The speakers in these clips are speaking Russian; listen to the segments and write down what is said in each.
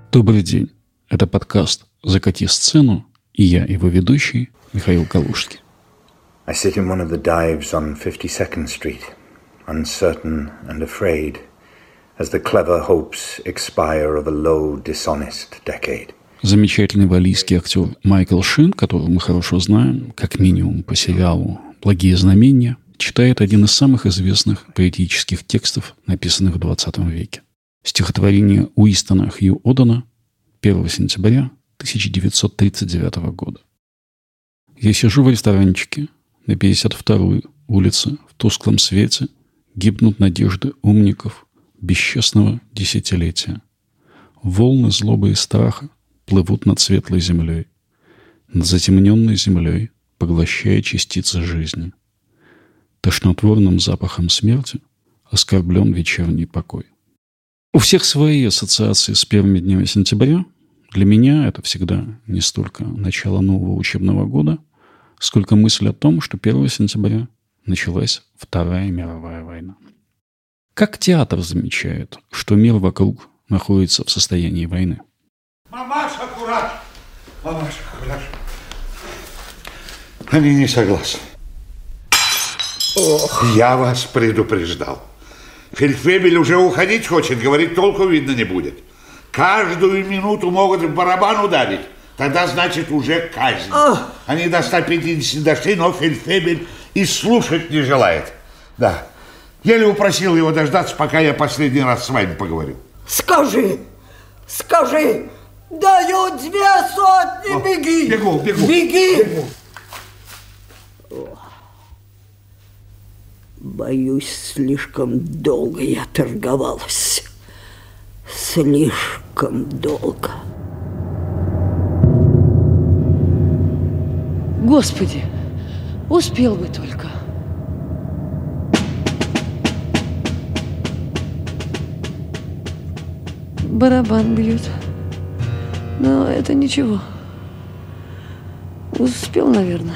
Добрый день. Это подкаст «Закати сцену» и я, его ведущий, Михаил Калужский. I sit in one of the dives on 52nd Street, uncertain and afraid, as the clever hopes expire of a low, dishonest decade. Замечательный валлийский актер Майкл Шин, которого мы хорошо знаем, как минимум по сериалу «Благие знамения», читает один из самых известных поэтических текстов, написанных в 20 веке. Стихотворение Уинстона Хью Одена 1 сентября 1939 года. Я сижу в ресторанчике на 52-й улице, в тусклом свете гибнут надежды умников бесчестного десятилетия. Волны злобы и страха плывут над светлой землей, над затемненной землей, поглощая частицы жизни. Тошнотворным запахом смерти оскорблен вечерний покой. У всех свои ассоциации с первыми днями сентября. Для меня это всегда не столько начало нового учебного года, сколько мысль о том, что 1 сентября началась Вторая мировая война. Как театр замечает, что мир вокруг находится в состоянии войны? Мамаша, кураж! Мамаша, кураж! Они не согласны. Ох. Я вас предупреждал. Фельдфебель уже уходить хочет, говорит, толку видно не будет. Каждую минуту могут в барабан ударить. Тогда, значит, уже казнь. Они до 150 дошли, но фельдфебель и слушать не желает. Да. Еле упросил его дождаться, пока я последний раз с вами поговорю. Скажи, дают 200, беги. Бегу. Беги. Боюсь, слишком долго я торговалась. Слишком долго. Господи, успел бы только. Барабан бьет. Но это ничего. Успел, наверное.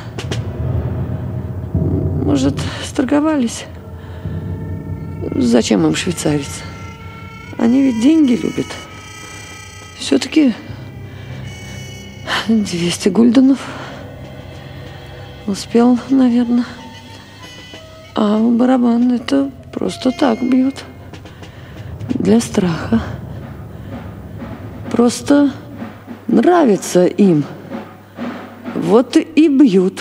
Может, сторговались? Зачем им швейцарец? Они ведь деньги любят. Все-таки 200 гульденов. Успел, наверное. А барабан это просто так бьют. Для страха. Просто нравится им. Вот и бьют.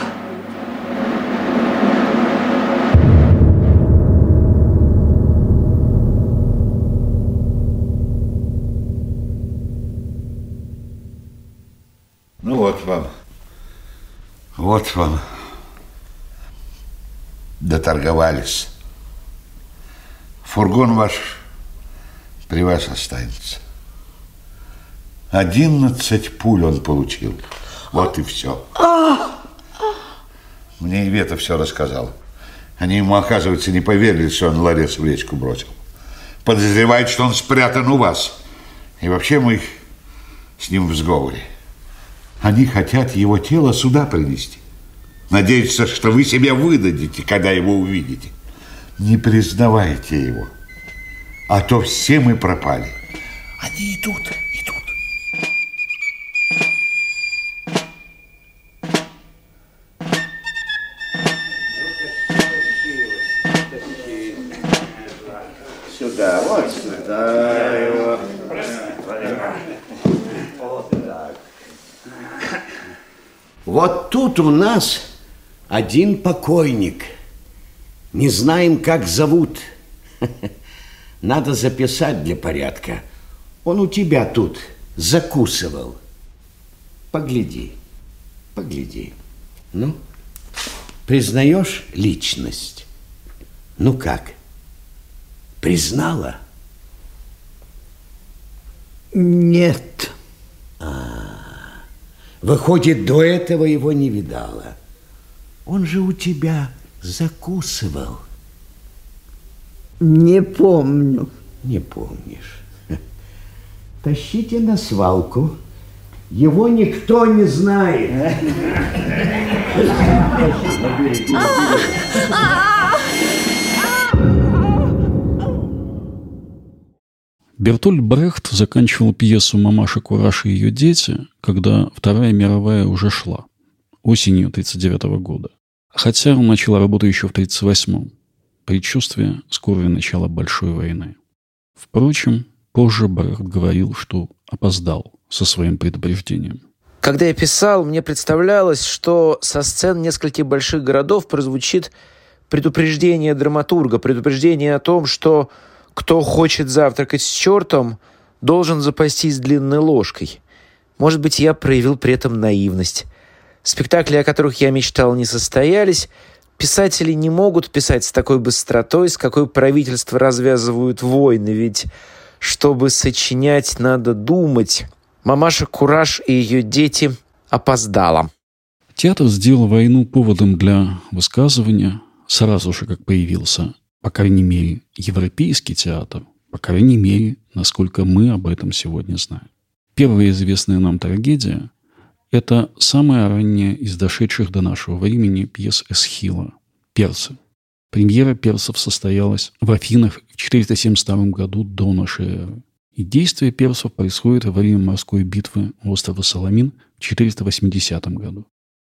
Ну вот вам. Доторговались. Фургон ваш при вас останется. 11 пуль он получил. Вот и все. Мне Ивета все рассказала. Они ему, оказывается, не поверили, что он ларец в речку бросил. Подозревают, что он спрятан у вас. И вообще мы с ним в сговоре. Они хотят его тело сюда принести. Надеются, что вы себя выдадите, когда его увидите. Не признавайте его. А то все мы пропали. Они идут. Сюда, вот сюда его. Вот тут у нас один покойник. Не знаем, как зовут. Надо записать для порядка. Он у тебя тут закусывал. Погляди. Ну, признаешь личность? Ну как? Признала? Нет. Выходит, до этого его не видала. Он же у тебя закусывал. Не помню. Не помнишь. Тащите на свалку. Его никто не знает. Бертольд Брехт заканчивал пьесу «Мамаша Кураж и ее дети», когда Вторая мировая уже шла, осенью 1939 года. Хотя он начал работу еще в 1938-м. Предчувствие скорого начала Большой войны. Впрочем, позже Брехт говорил, что опоздал со своим предупреждением. Когда я писал, мне представлялось, что со сцен нескольких больших городов прозвучит предупреждение драматурга, предупреждение о том, что кто хочет завтракать с чертом, должен запастись длинной ложкой. Может быть, я проявил при этом наивность. Спектакли, о которых я мечтал, не состоялись. Писатели не могут писать с такой быстротой, с какой правительства развязывают войны, ведь чтобы сочинять, надо думать. «Мамаша Кураж и ее дети» опоздала. Театр сделал войну поводом для высказывания сразу же, как появился, по крайней мере, европейский театр, по крайней мере, насколько мы об этом сегодня знаем. Первая известная нам трагедия – это самая ранняя из дошедших до нашего времени пьес Эсхила «Персы». Премьера «Персов» состоялась в Афинах в 472 году до нашей эры. И действие персов происходит во время морской битвы у острова Саламин в 480 году.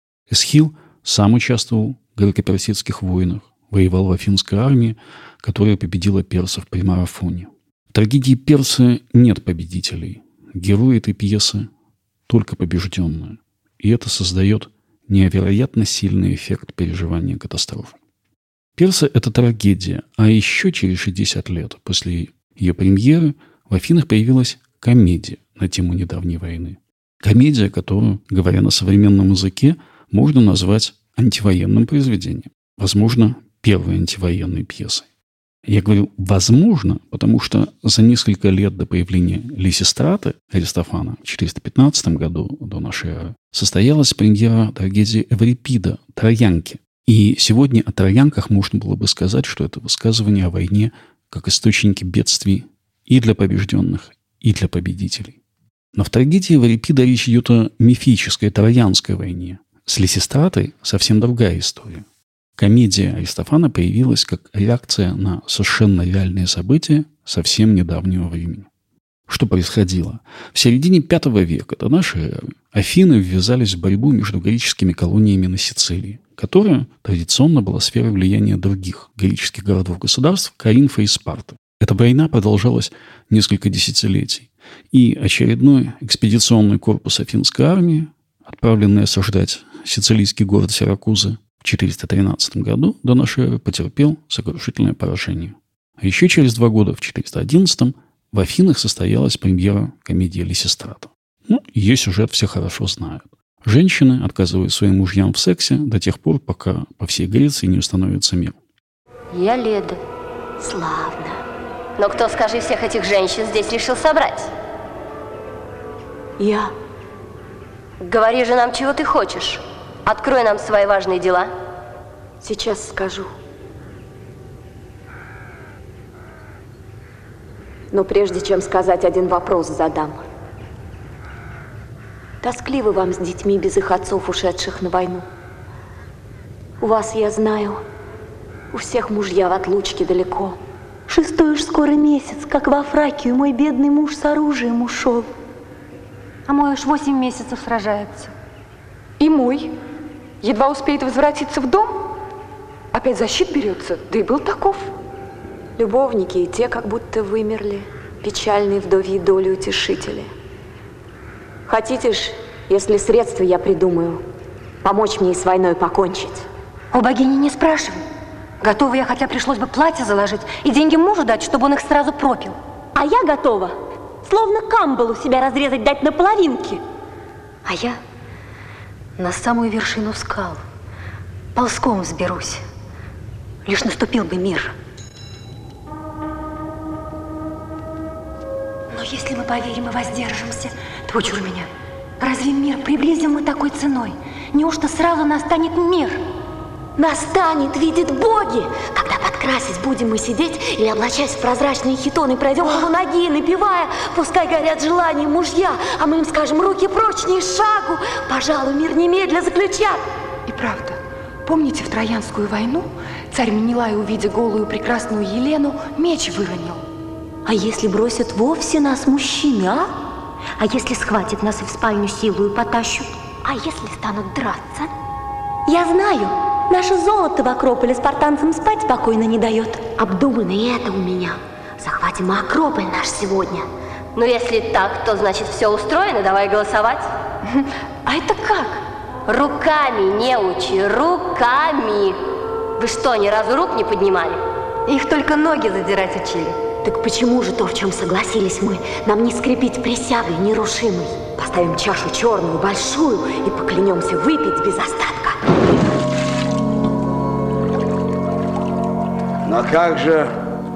Эсхил сам участвовал в греко-персидских войнах, воевал в афинской армии, которая победила персов при марафоне. В трагедии «Персы» нет победителей. Герои этой пьесы только побежденные. И это создает невероятно сильный эффект переживания катастрофы. «Персы» — это трагедия, а еще через 60 лет после ее премьеры в Афинах появилась комедия на тему недавней войны. Комедия, которую, говоря на современном языке, можно назвать антивоенным произведением. Возможно, первой антивоенной пьесой. Я говорю «возможно», потому что за несколько лет до появления Лисистраты Аристофана в 415 году до нашей эры состоялась премьера трагедии Эврипида «Троянки». И сегодня о троянках можно было бы сказать, что это высказывание о войне как источнике бедствий и для побежденных, и для победителей. Но в трагедии Эврипида речь идет о мифической троянской войне. С Лисистратой совсем другая история. Комедия Аристофана появилась как реакция на совершенно реальные события совсем недавнего времени. Что происходило? В середине V века до нашей эры Афины ввязались в борьбу между греческими колониями на Сицилии, которая традиционно была сферой влияния других греческих городов-государств Коринфа и Спарты. Эта война продолжалась несколько десятилетий, и очередной экспедиционный корпус афинской армии, отправленный осаждать сицилийский город Сиракузы в 413 году до нашей эры, потерпел сокрушительное поражение. А еще через 2 года, в 411 в Афинах состоялась премьера комедии «Лисистрата». Ее сюжет все хорошо знают. Женщины отказывают своим мужьям в сексе до тех пор, пока по всей Греции не установится мир. Я Леда. Славно. Но кто, скажи, всех этих женщин здесь решил собрать? Я. Говори же нам, чего ты хочешь. Открой нам свои важные дела. Сейчас скажу. Но прежде чем сказать, один вопрос задам. Тоскливо вам с детьми без их отцов, ушедших на войну? У вас, я знаю, у всех мужья в отлучке далеко. 6-й уж скоро месяц, как во Фракию мой бедный муж с оружием ушел. А мой уж 8 месяцев сражается. И мой едва успеет возвратиться в дом, опять за щит берется, да и был таков. Любовники и те как будто вымерли, печальные вдовьи доли утешители. Хотите ж, если средства я придумаю, помочь мне и с войной покончить? О, богини, не спрашивай. Готова я, хотя пришлось бы платье заложить и деньги мужу дать, чтобы он их сразу пропил. А я готова, словно камбалу себя разрезать, дать на половинки. А я на самую вершину скал ползком взберусь. Лишь наступил бы мир. Но если мы поверим и воздержимся, твучур меня, разве мир приблизим мы такой ценой? Неужто сразу настанет мир? Настанет, видят боги, когда подкрасить будем мы сидеть или облачаясь в прозрачные хитоны, пройдем полуноги, напевая, пускай горят желания мужья, а мы им скажем: руки прочь, ни шагу, пожалуй, мир немедля заключат. И правда, помните, в Троянскую войну царь Менелай, увидя голую прекрасную Елену, меч выронил? А если бросят вовсе нас мужчины, а? А если схватят нас и в спальню силу и потащут? А если станут драться? Я знаю, наше золото в Акрополе спартанцам спать спокойно не дает. Обдумано и это у меня. Захватим и Акрополь наш сегодня. Но если так, то значит все устроено, давай голосовать. А это как? Руками, неучи, руками. Вы что, ни разу рук не поднимали? Их только ноги задирать учили. Так почему же то, в чем согласились мы, нам не скрепить присягой нерушимой? Поставим чашу черную, большую, и поклянемся выпить без остатка. Но как же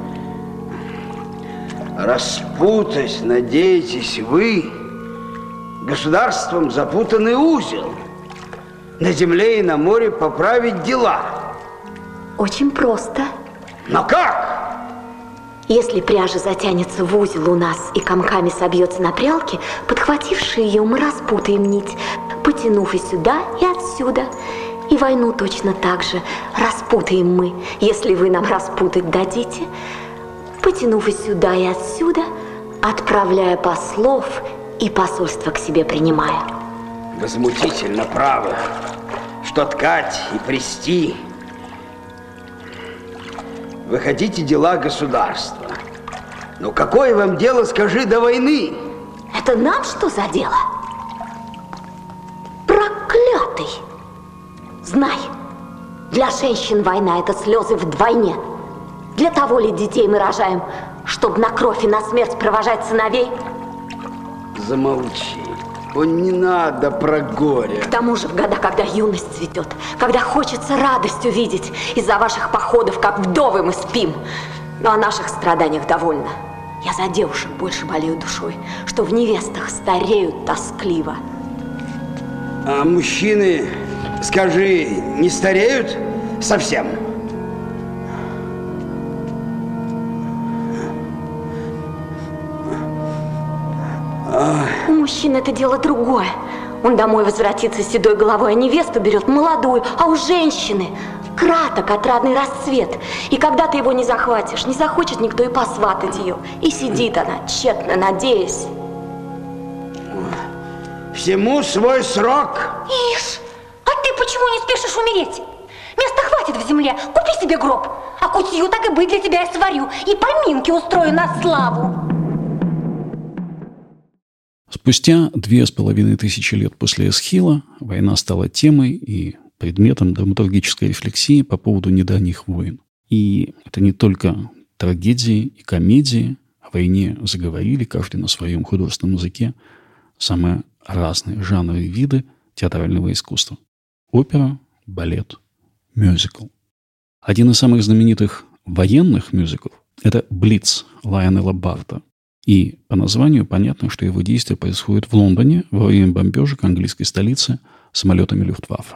распутать, надеетесь вы, государством запутанный узел, на земле и на море поправить дела? Очень просто. Но как? Если пряжа затянется в узел у нас и комками собьется на прялке, подхвативши ее, мы распутаем нить, потянув и сюда, и отсюда. И войну точно так же распутаем мы, если вы нам распутать дадите, потянув и сюда, и отсюда, отправляя послов и посольство к себе принимая. Возмутительно правы, что ткать и плести. Вы хотите дела государства. Но какое вам дело, скажи, до войны? Это нам что за дело? Проклятый! Знай, для женщин война — это слезы вдвойне. Для того ли детей мы рожаем, чтобы на кровь и на смерть провожать сыновей? Замолчи. Не надо про горе. К тому же в года, когда юность цветет, когда хочется радость увидеть, из-за ваших походов, как вдовы, мы спим. Но о наших страданиях довольно. Я за девушек больше болею душой, что в невестах стареют тоскливо. А мужчины, скажи, не стареют совсем? У мужчин это дело другое. Он домой возвратится с седой головой, а невесту берет молодую. А у женщины краток отрадный расцвет. И когда ты его не захватишь, не захочет никто и посватать ее. И сидит она, тщетно надеясь. Всему свой срок. Ишь, а ты почему не спешишь умереть? Места хватит в земле, купи себе гроб. А кутью так и быть для тебя я сварю. И поминки устрою на славу. Спустя 2500 лет после Эсхила война стала темой и предметом драматургической рефлексии по поводу недавних войн. И это не только трагедии и комедии. О войне заговорили, каждый на своем художественном языке, самые разные жанры и виды театрального искусства. Опера, балет, мюзикл. Один из самых знаменитых военных мюзиклов – это «Блиц» Лайонела Барта. И по названию понятно, что его действие происходит в Лондоне во время бомбежек английской столицы самолетами Люфтваффе.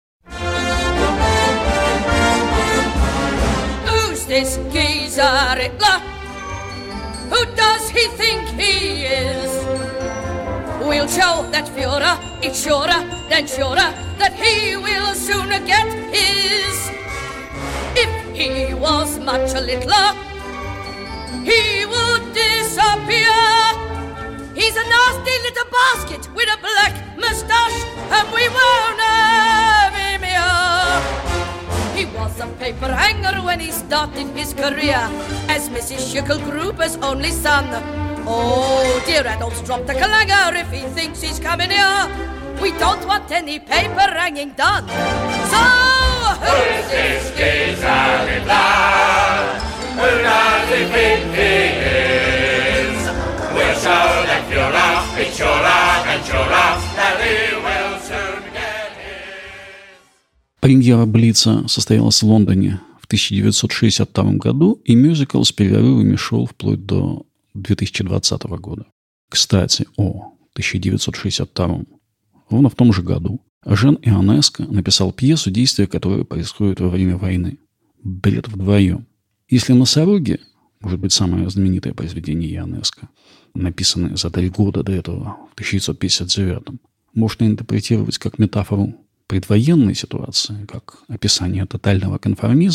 Who's this geezer Hitler? Who does he think he is? We'll show that Führer, it's surer than surer that he will sooner get his. If he was much a littler, he would disappear. He's a nasty little basket with a black moustache, and we won't have him here. He was a paper hanger when he started his career as Mrs. Schicklgruber's only son. Oh, dear Adolf's dropped a clanger if he thinks he's coming here. We don't want any paper hanging done. So, who's this geezer in love? Who does he think he is? We'll show that Führer, it's surer and surer that he will soon get his. Премьера «Блица» состоялась в Лондоне в 1962 году, и мюзикл с перерывами шел вплоть до 2020 года. Кстати, о 1962. Ровно в том же году Жан Ионеско написал пьесу, действие которой происходит во время войны. «Бред вдвоем». Если «Носороги», может быть, самое знаменитое произведение Ионеско, написанное за 3 года до этого, в 1959, можно интерпретировать как метафору предвоенной ситуации, как описание тотального конформизма,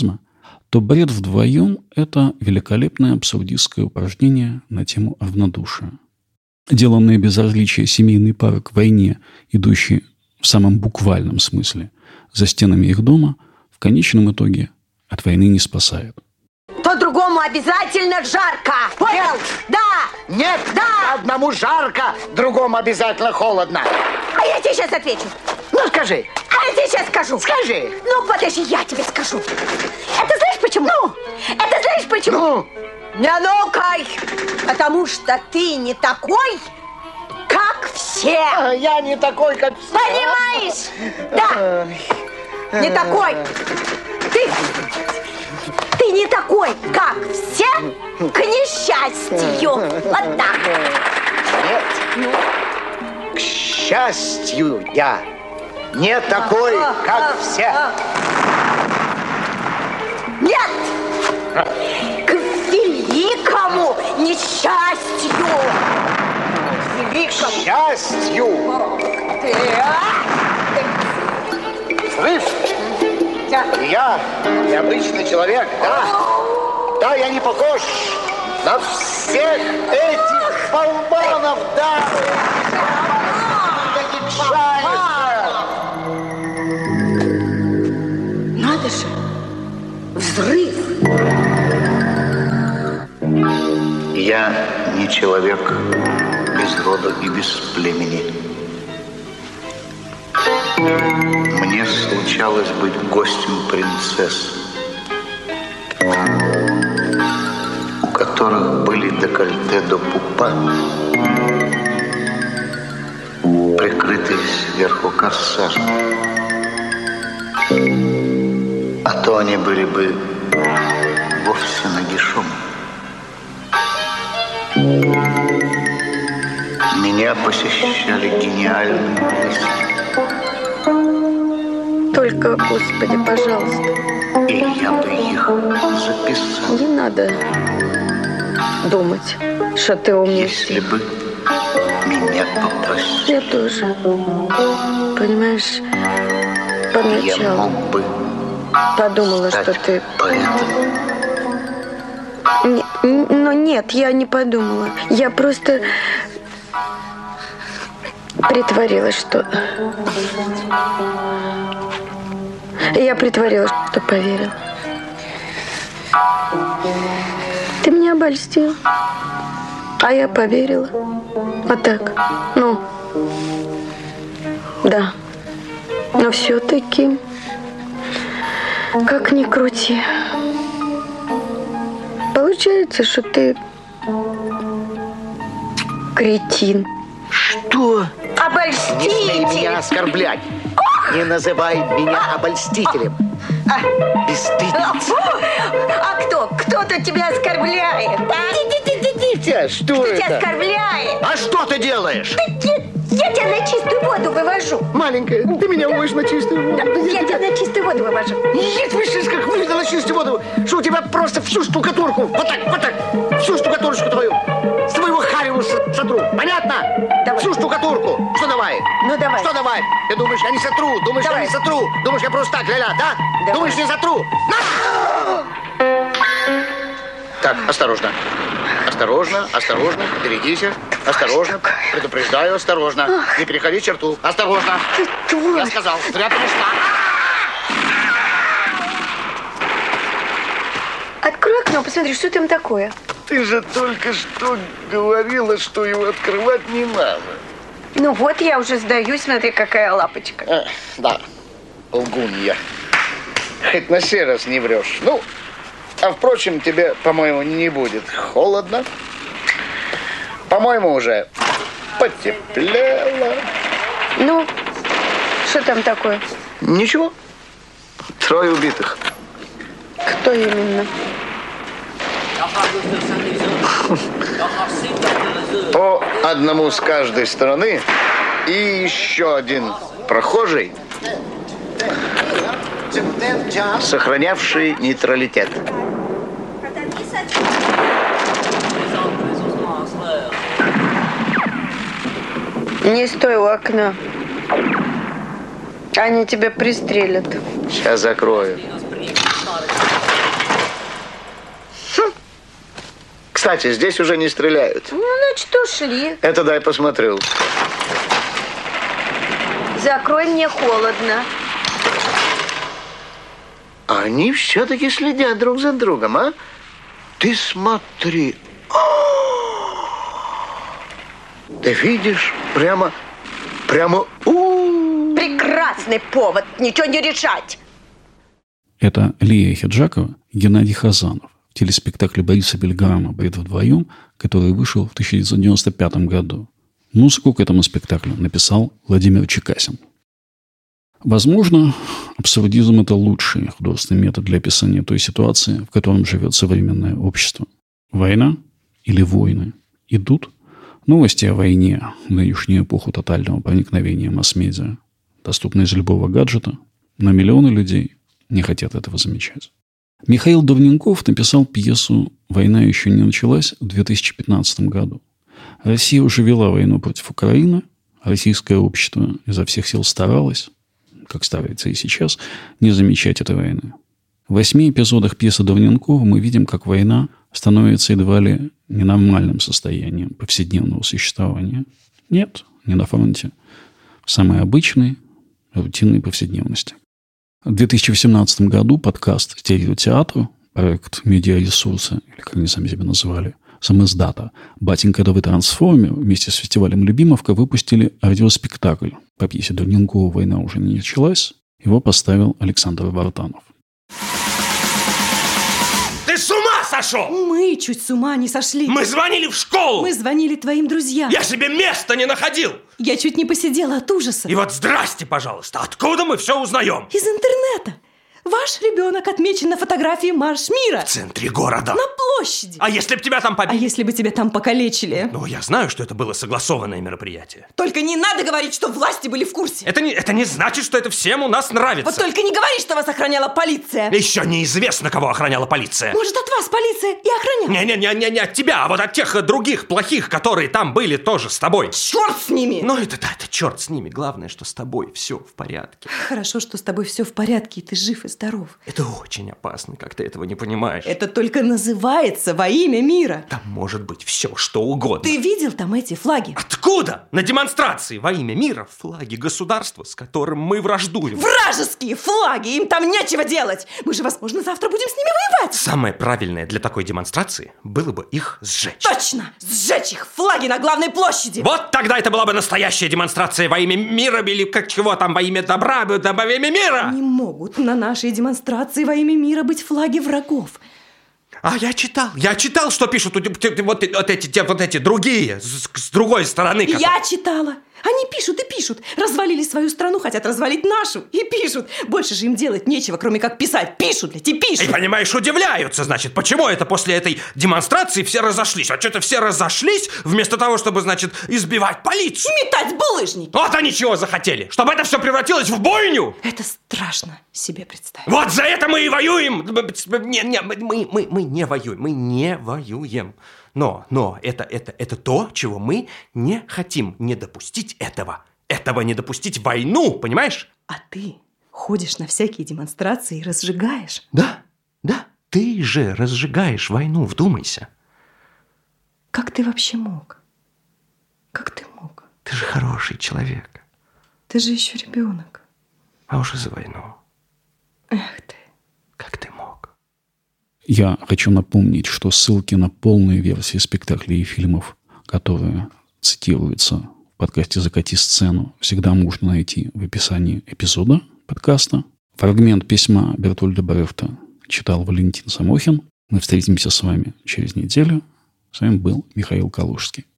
то бред вдвоем – это великолепное абсурдистское упражнение на тему равнодушия. Деланное безразличие семейной пары к войне, идущей в самом буквальном смысле за стенами их дома, в конечном итоге от войны не спасает. То другому обязательно жарко. Понял? Да. Нет, да. Одному жарко, другому обязательно холодно. А я тебе сейчас отвечу. Ну, скажи. А я тебе сейчас скажу. Скажи. Ну, подожди, я тебе скажу. Это знаешь почему? Ну? Это знаешь почему? Ну? Не ну-кай. Потому что ты не такой, как все. Я не такой, как все. Понимаешь? Да. Не такой. Ты не такой, как все, к несчастью. Вот так. Нет. Ну? К счастью, я не такой, как все. Нет! К великому несчастью! К великому! К счастью! Слышь? Я необычный человек, да? Да, я не похож на всех этих болванов, да? Надо же! Взрыв! Я не человек без рода и без племени. Мне случалось быть гостем принцесс, у которых были декольте до пупа, прикрытые сверху корсажем. А то они были бы вовсе нагишом. Меня посещали гениальные мысли. Только, Господи, пожалуйста. И я бы их записал. Не надо думать, что ты умный. Если бы меня попросили. Я тоже. Понимаешь, поначалу я мог бы подумала, что ты... поэтом. Но нет, я не подумала. Я просто притворилась, что... Я притворилась, что поверила. Ты меня обольстил, а я поверила. Вот так. Ну, да. Но все-таки, как ни крути, получается, что ты кретин. Что? Обольститель! Не смей меня оскорблять! Не называй меня обольстителем! Бесстыдница! А кто? Кто-то тебя оскорбляет, да? Что Кто это? тебя оскорбляет? А что ты делаешь? Я тебя на чистую воду вывожу. Маленькая, ты меня выводишь на чистую воду. Да, я тебя на чистую воду вывожу. Нет, вы сейчас как выведу на чистую воду, что у тебя просто всю штукатурку, вот так, всю штукатурочку твою, с твоего хареву сотру. Понятно? Давай. Всю штукатурку. Что давай? Ну, давай. Что давай? Ты думаешь, я не сотру? Думаешь, давай. я не сотру? Думаешь, я просто так, ля-ля, да? Давай. Думаешь, не сотру? На! Так, осторожно. Осторожно, берегите. Осторожно, предупреждаю, осторожно. Не переходи черту. Осторожно. Я сказал, зря пришла. Открой окно, посмотри, что там такое. Ты же только что говорила, что его открывать не надо. Ну вот, я уже сдаюсь, смотри, какая лапочка. Да, лгунья. Хоть на сей раз не врешь. Ну, а впрочем, тебе, по-моему, не будет холодно. По-моему, уже потеплело. Ну, что там такое? Ничего. 3 убитых. Кто именно? По одному с каждой стороны. И еще один прохожий, сохранявший нейтралитет. Не стой у окна. Они тебя пристрелят. Сейчас закрою. Кстати, здесь уже не стреляют. Ну, значит, ушли. Это дай посмотрю. Закрой, мне холодно. Они все-таки следят друг за другом, а? Ты смотри. Ты видишь? Прямо... Прекрасный повод, ничего не решать. Это Лия Хиджакова и Геннадий Хазанов в телеспектакле Бориса Бельграма «Бред вдвоем», который вышел в 1995 году. Музыку к этому спектаклю написал Владимир Чекасин. Возможно, абсурдизм – это лучший художественный метод для описания той ситуации, в котором живет современное общество. Война или войны идут. Новости о войне в нынешнюю эпоху тотального проникновения масс-медиа доступны из любого гаджета, но миллионы людей не хотят этого замечать. Михаил Давненков написал пьесу «Война еще не началась» в 2015 году. Россия уже вела войну против Украины, российское общество изо всех сил старалось, как старается и сейчас, не замечать этой войны. В 8 эпизодах пьесы Давненкова мы видим, как война становится едва ли ненормальным состоянием повседневного существования. Нет, не на фронте. В самой обычной, рутинной повседневности. В 2018 году подкаст «Стереотеатру», проект медиаресурса, или как они сами себя называли, самиздата, «Батенька Давы Трансформер» вместе с фестивалем «Любимовка» выпустили радиоспектакль по пьесе Давненкова «Война уже не началась». Его поставил Александр Вартанов. Ты с ума сошел? Мы чуть с ума не сошли. Мы звонили в школу. Мы звонили твоим друзьям. Я себе места не находил. Я чуть не посидела от ужаса. И вот здрасте, пожалуйста, откуда мы все узнаем? Из интернета. Ваш ребенок отмечен на фотографии «Марш мира». В центре города. На площади. А если бы тебя там побили? А если бы тебя там покалечили? Ну, я знаю, что это было согласованное мероприятие. Только не надо говорить, что власти были в курсе. Это не значит, что это всем у нас нравится. Вот только не говори, что вас охраняла полиция. Еще неизвестно, кого охраняла полиция. Может, от вас полиция и охраняла? Не от тебя, а вот от тех других плохих, которые там были тоже с тобой. Черт с ними! Ну, это черт с ними. Главное, что с тобой все в порядке. Хорошо, что с тобой все в порядке, и ты жив и здоров. Это очень опасно, как ты этого не понимаешь. Это только называется во имя мира. Там может быть все, что угодно. Ты видел там эти флаги? Откуда? На демонстрации во имя мира флаги государства, с которым мы враждуем. Вражеские флаги! Им там нечего делать! Мы же, возможно, завтра будем с ними воевать! Самое правильное для такой демонстрации было бы их сжечь. Точно! Сжечь их! Флаги на главной площади! Вот тогда это была бы настоящая демонстрация во имя мира, или как чего там, во имя добра, во имя мира! Не могут на нашей демонстрации во имя мира быть флаги врагов. А я читал, что пишут вот эти другие, с другой стороны. Я читала. Они пишут и пишут. Развалили свою страну, хотят развалить нашу. И пишут. Больше же им делать нечего, кроме как писать. Пишут, блядь, и пишут. И, понимаешь, удивляются, значит, почему это после этой демонстрации все разошлись. А что-то все разошлись, вместо того, чтобы, значит, избивать полицию. И метать булыжники. Вот они чего захотели. Чтобы это все превратилось в бойню. Это страшно себе представить. Вот за это мы и воюем. Мы не воюем. Мы не воюем. Но это то, чего мы не хотим. Не допустить этого. Этого не допустить войну, понимаешь? А ты ходишь на всякие демонстрации и разжигаешь. Да. Ты же разжигаешь войну, вдумайся. Как ты вообще мог? Как ты мог? Ты же хороший человек. Ты же еще ребенок. А уж и за войну. Эх ты. Как ты мог? Я хочу напомнить, что ссылки на полные версии спектаклей и фильмов, которые цитируются в подкасте «Закати сцену», всегда можно найти в описании эпизода подкаста. Фрагмент письма Бертольда Брехта читал Валентин Самохин. Мы встретимся с вами через неделю. С вами был Михаил Калужский.